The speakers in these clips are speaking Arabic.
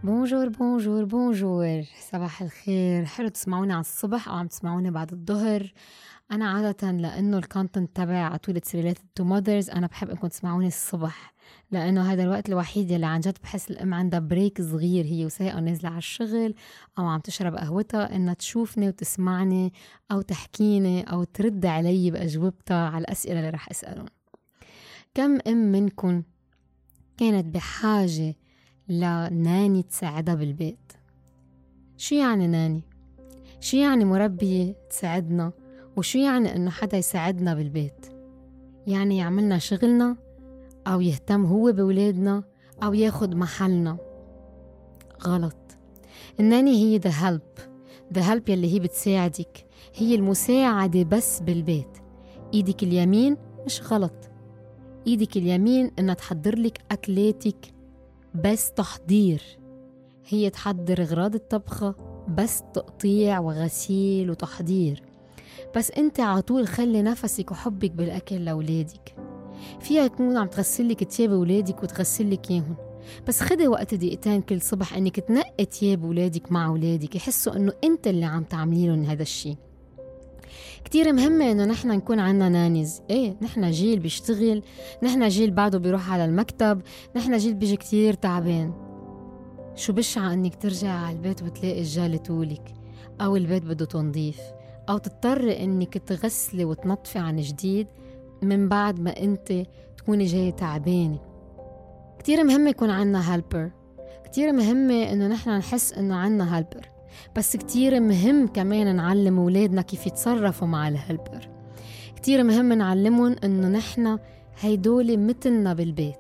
بونجور بونجور بونجور، صباح الخير. حلو تسمعوني على الصبح أو عم تسمعوني بعد الظهر. أنا عادة لأنه الكونتنت تبع عطولة Related to Mothers أنا بحب أنكم تسمعوني الصبح، لأنه هذا الوقت الوحيد يلي عن جد بحس الأم عندها بريك صغير، هي وسايقة نازلة على الشغل أو عم تشرب قهوتها، إنها تشوفني وتسمعني أو تحكيني أو ترد علي بأجوبتها على الأسئلة اللي رح أسألهم. كم أم منكم كانت بحاجة لناني تساعدها بالبيت؟ شو يعني ناني؟ شو يعني مربية تساعدنا؟ وشو يعني إنه حدا يساعدنا بالبيت؟ يعني يعملنا شغلنا أو يهتم هو بولادنا أو ياخد محلنا؟ غلط. الناني هي the help يلي هي بتساعدك، هي المساعدة بس بالبيت. إيدك اليمين مش غلط، إيدك اليمين إنها تحضر لك أكلاتك بس تحضير، هي تحضر أغراض الطبخة بس تقطيع وغسيل وتحضير، بس انت عطول خلي نفسك وحبك بالأكل لأولادك. فيها تكون عم تغسلك تياب أولادك وتغسلك إياهم، بس خدي وقت دقيقتين كل صبح انك تنقي تياب أولادك مع أولادك يحسوا انه انت اللي عم تعمليلهم هذا الشيء. كتير مهمة انه نحن نكون عنا نانيز. نحن جيل بيشتغل، نحن جيل بعده بيروح على المكتب، نحن جيل بيجي كتير تعبان. شو بشعة انك ترجع على البيت وتلاقي الجالة طولك، او البيت بده تنظيف، او تضطري انك تغسلي وتنظفي عن جديد من بعد ما انت تكوني جاية تعبانة. كتير مهمة يكون عنا هالبر، كتير مهمة انه نحن نحس انه عنا هالبر، بس كتير مهم كمان نعلم أولادنا كيف يتصرفوا مع الهلبر. كتير مهم نعلمهم انه نحن هيدول مثلنا بالبيت،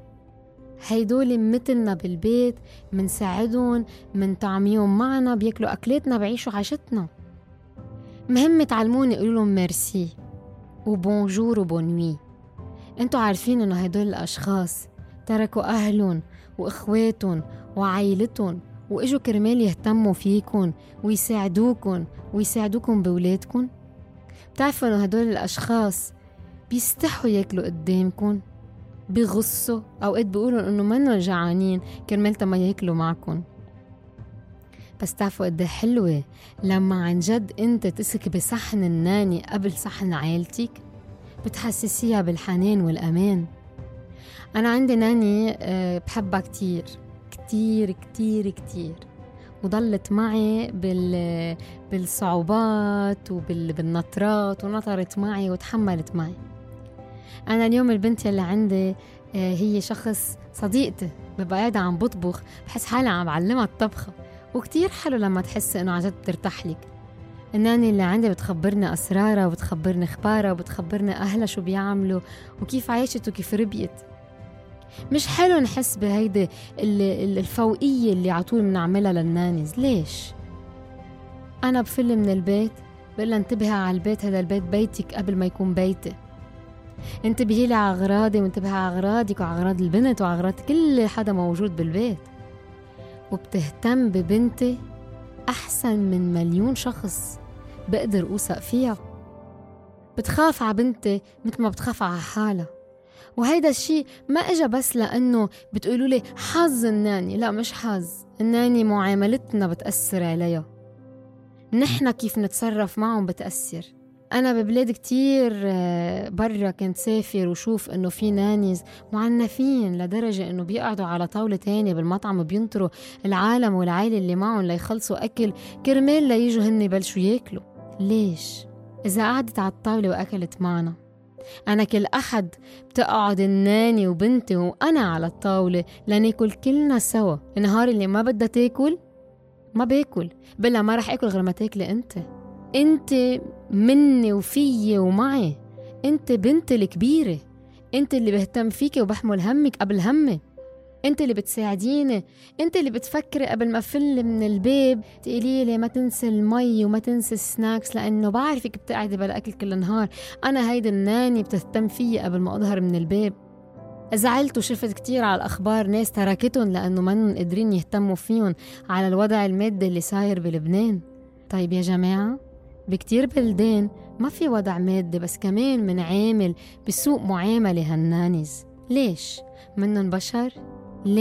هيدول مثلنا بالبيت، منساعدهم، منطعميهم معنا، بياكلوا أكلاتنا، بعيشوا عاشتنا. مهم تعلمون يقولوا لهم ميرسي وبونجور وبونوي. انتوا عارفين انه هيدول الأشخاص تركوا أهلهم وإخواتهم وعائلتهم وإجوا كرمال يهتموا فيكم ويساعدوكم بولادكم. بتعرفوا انه هدول الأشخاص بيستحوا ياكلوا قدامكم، بيغصوا، أوقات بيقولوا انه منهم جعانين كرمال ما ياكلوا معكم. بس تعرفوا قد حلوة لما عن جد انت تسكي بصحن الناني قبل صحن عائلتك، بتحسسيها بالحنان والأمان. أنا عندي ناني بحبها كتير كتير كتير كتير، وضلت معي بالصعوبات وبالنطرات، ونطرت معي وتحملت معي. أنا اليوم البنت اللي عندي هي شخص صديقتي، ببقى قاعدة عم بطبخ بحس حالي عم بعلمها الطبخة، وكتير حلو لما تحس إنه عجد ترتاح لك. الناني اللي عندي بتخبرني أسرارها وبتخبرني أخبارها وبتخبرني أهلها شو بيعملوا وكيف عايشت وكيف ربيت. مش حلو نحس بهيدي الفوقية اللي عطول منعملها للنانيز. ليش؟ أنا بفل من البيت بقلها انتبهي على البيت، هذا البيت بيتك قبل ما يكون بيتي، انتبهي لي على أغراضي وانتبهي على أغراضك وعلى أغراض البنت وعلى كل حدا موجود بالبيت. وبتهتم ببنتي أحسن من مليون شخص بقدر أوثق فيها. بتخاف على بنتي مثل ما بتخاف على حالها. وهيدا الشيء ما اجا بس لأنه بتقولوا لي حظ الناني، لا مش حظ، الناني معاملتنا بتأثر عليها، نحن كيف نتصرف معهم بتأثر. أنا ببلاد كتير برا كنت سافر وشوف إنه في نانيز معنفين لدرجة إنه بيقعدوا على طاولة تانية بالمطعم بينطروا العالم والعائلة اللي معهم ليخلصوا أكل كرمال ليجوا هن يبلشوا ياكلوا. ليش؟ إذا قعدت على الطاولة وأكلت معنا، أنا كل أحد بتقعد الناني وبنتي وأنا على الطاولة لناكل كلنا سوا. النهار اللي ما بدها تاكل ما باكل، بلا ما رح أكل غير ما تاكلي أنت مني وفيي ومعي، أنت بنتي الكبيرة، أنت اللي بهتم فيكي وبحمل همك قبل همي، أنت اللي بتساعديني، أنت اللي بتفكري قبل ما أفل من الباب تقولي لي ما تنسي المي وما تنسي السناكس لأنه بعرفك بتقعدي بلا أكل كل النهار. أنا هيدا الناني بتهتم فيي قبل ما أظهر من الباب. زعلت وشفت كتير على الأخبار ناس تركتهم لأنه منهم قادرين يهتموا فيهم على الوضع المادي اللي صاير بلبنان. طيب يا جماعة، بكتير بلدان ما في وضع مادي بس كمان منعامل بسوء معاملة هالنانيز. ليش؟ منن بشر؟ ليه؟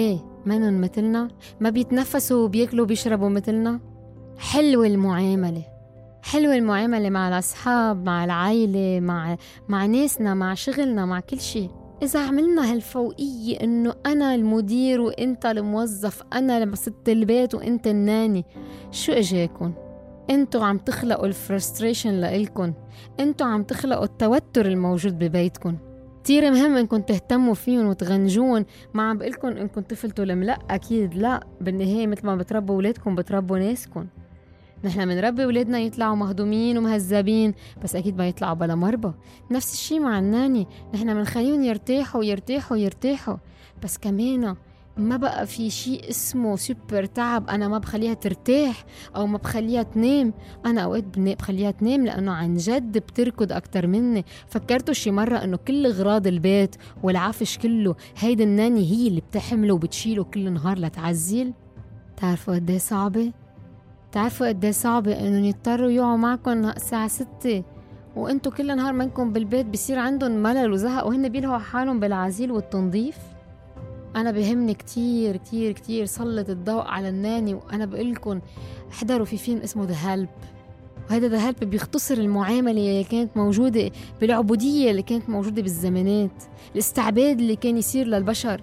منن مثلنا؟ ما بيتنفسوا وبياكلوا وبيشربوا مثلنا؟ حلوة المعاملة، حلوة المعاملة مع الأصحاب، مع العائلة، مع ناسنا، مع شغلنا، مع كل شيء. إذا عملنا هالفوقية إنه أنا المدير وإنت الموظف، أنا ست البيت وإنت الناني، شو إجاكن؟ إنتوا عم تخلقوا الفرستريشن لإلكن، إنتوا عم تخلقوا التوتر الموجود ببيتكن. كتير مهم إنكم تهتموا فيهم وتغنجون. ما عم بقلكن إنكم تفلتوا لا، أكيد لا. بالنهاية مثل ما بتربوا ولادكم بتربوا ناسكن. نحن منربي ولادنا يطلعوا مهضومين ومهذبين، بس أكيد ما يطلعوا بلا مربى. نفس الشي مع الناني، نحن منخليهم يرتاحوا يرتاحوا يرتاحوا، بس كمان ما بقى في شي اسمه سوبر تعب. أنا ما بخليها ترتاح أو ما بخليها تنام. أنا أوقات بخليها تنام لأنه عن جد بتركض أكتر مني. فكرتوا شي مرة أنه كل غراض البيت والعفش كله هيدا الناني هي اللي بتحمله وبتشيله كل نهار لتعزيل؟ تعرفوا قديه صعبة؟ تعرفوا قديه صعبة إنه يضطروا يقعوا معكم الساعة 6 وإنتوا كل نهار منكم بالبيت، بيصير عندهم ملل وزهق وهن بيلهوا حالهم بالعزيل والتنظيف؟ أنا بهمني كتير كتير كتير سلط الضوء على الناني. وأنا بقولكم احضروا في فيلم اسمه The Help، وهذا The Help بيختصر المعاملة اللي كانت موجودة بالعبودية اللي كانت موجودة بالزمانات، الاستعباد اللي كان يصير للبشر.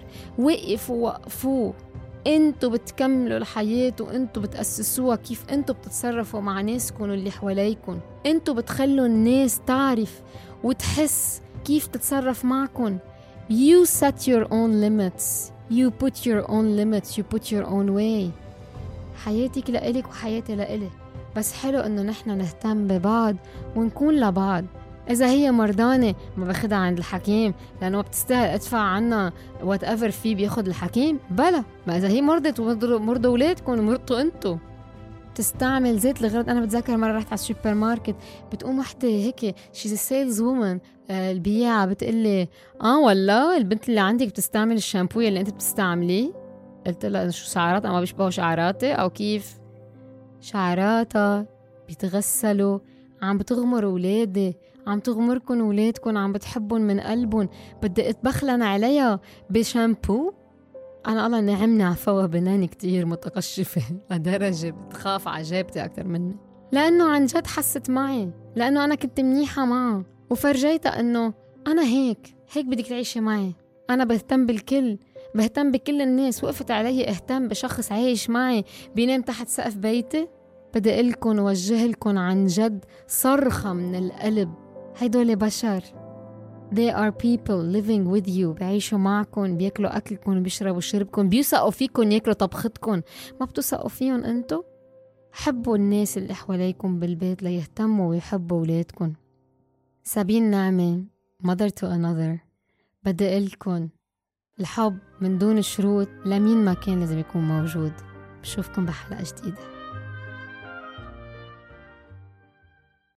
وقفوا انتوا بتكملوا الحياة وانتوا بتأسسوها. كيف انتوا بتتصرفوا مع ناسكم اللي حواليكم، انتوا بتخلوا الناس تعرف وتحس كيف تتصرف معكم. You set your own limits, you put your own limits, you put your own way. حياتك لإلك وحياتي لإلي، بس حلو انه نحن نهتم ببعض ونكون لبعض. إذا هي مرضانة ما باخدها عند الحكيم لأنه بتستاهل أدفع عنها whatever فيه بياخد الحكيم؟ بلا. ما إذا هي مرضت ومرضوا ولادكم ومرضتوا أنتوا. تستعمل زيت الغرض. أنا بتذكر مرة رحت على السوبر ماركت، بتقوم وحدة هيك she's a sales woman، البياعة بتقلي والله البنت اللي عندك بتستعمل الشامبو اللي أنت بتستعمليه؟ قلت لها شو شعرات؟ أما بيشبهوا شعراتي أو كيف؟ شعراتها بيتغسلوا، عم بتغمر ولادي، عم تغمركن ولادكن، عم بتحبن من قلبن، بدي اتبخلن عليها بشامبو؟ أنا الله نعمني عفوها بناني كتير متقشفة لدرجة بتخاف عجابتي أكتر مني، لأنه عن جد حست معي، لأنه أنا كنت منيحة معه وفرجيتها أنه أنا هيك بدك تعيشي معي. أنا بهتم بالكل، بهتم بكل الناس. وقفت علي اهتم بشخص عايش معي بينام تحت سقف بيتي. بدي أقلكن ووجهلكن عن جد صرخة من القلب، هيدول بشر. They are people living with you، بعيشوا معكن، بياكلوا أكلكن، بيشربوا شربكن، بيوثقوا فيكن ياكلوا طبختكن. ما بتوثقوا فيهم أنتو؟ حبوا الناس اللي حواليكم بالبيت ليهتموا ويحبوا ولادكن. سابين نعمة mother to another. بدي أقلكن الحب من دون شروط لمين ما كان لازم يكون موجود. بشوفكم بحلقة جديدة.